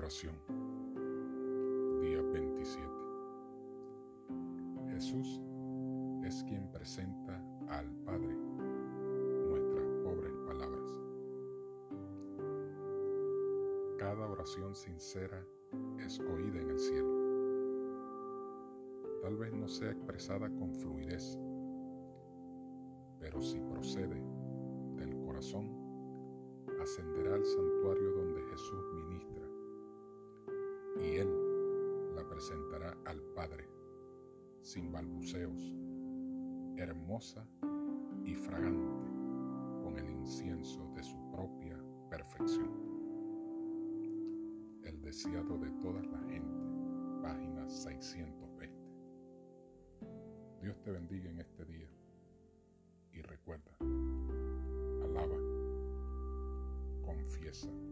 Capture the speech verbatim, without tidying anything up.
Oración, día veintisiete. Jesús es quien presenta al Padre nuestras pobres palabras. Cada oración sincera es oída en el cielo. Tal vez no sea expresada con fluidez, pero si procede del corazón, ascenderá al santuario donde Jesús ministra, y Él la presentará al Padre, sin balbuceos, hermosa y fragante, con el incienso de su propia perfección. El deseado de toda la gente, página seiscientos veinte. Dios te bendiga en este día y recuerda, alaba, confiesa,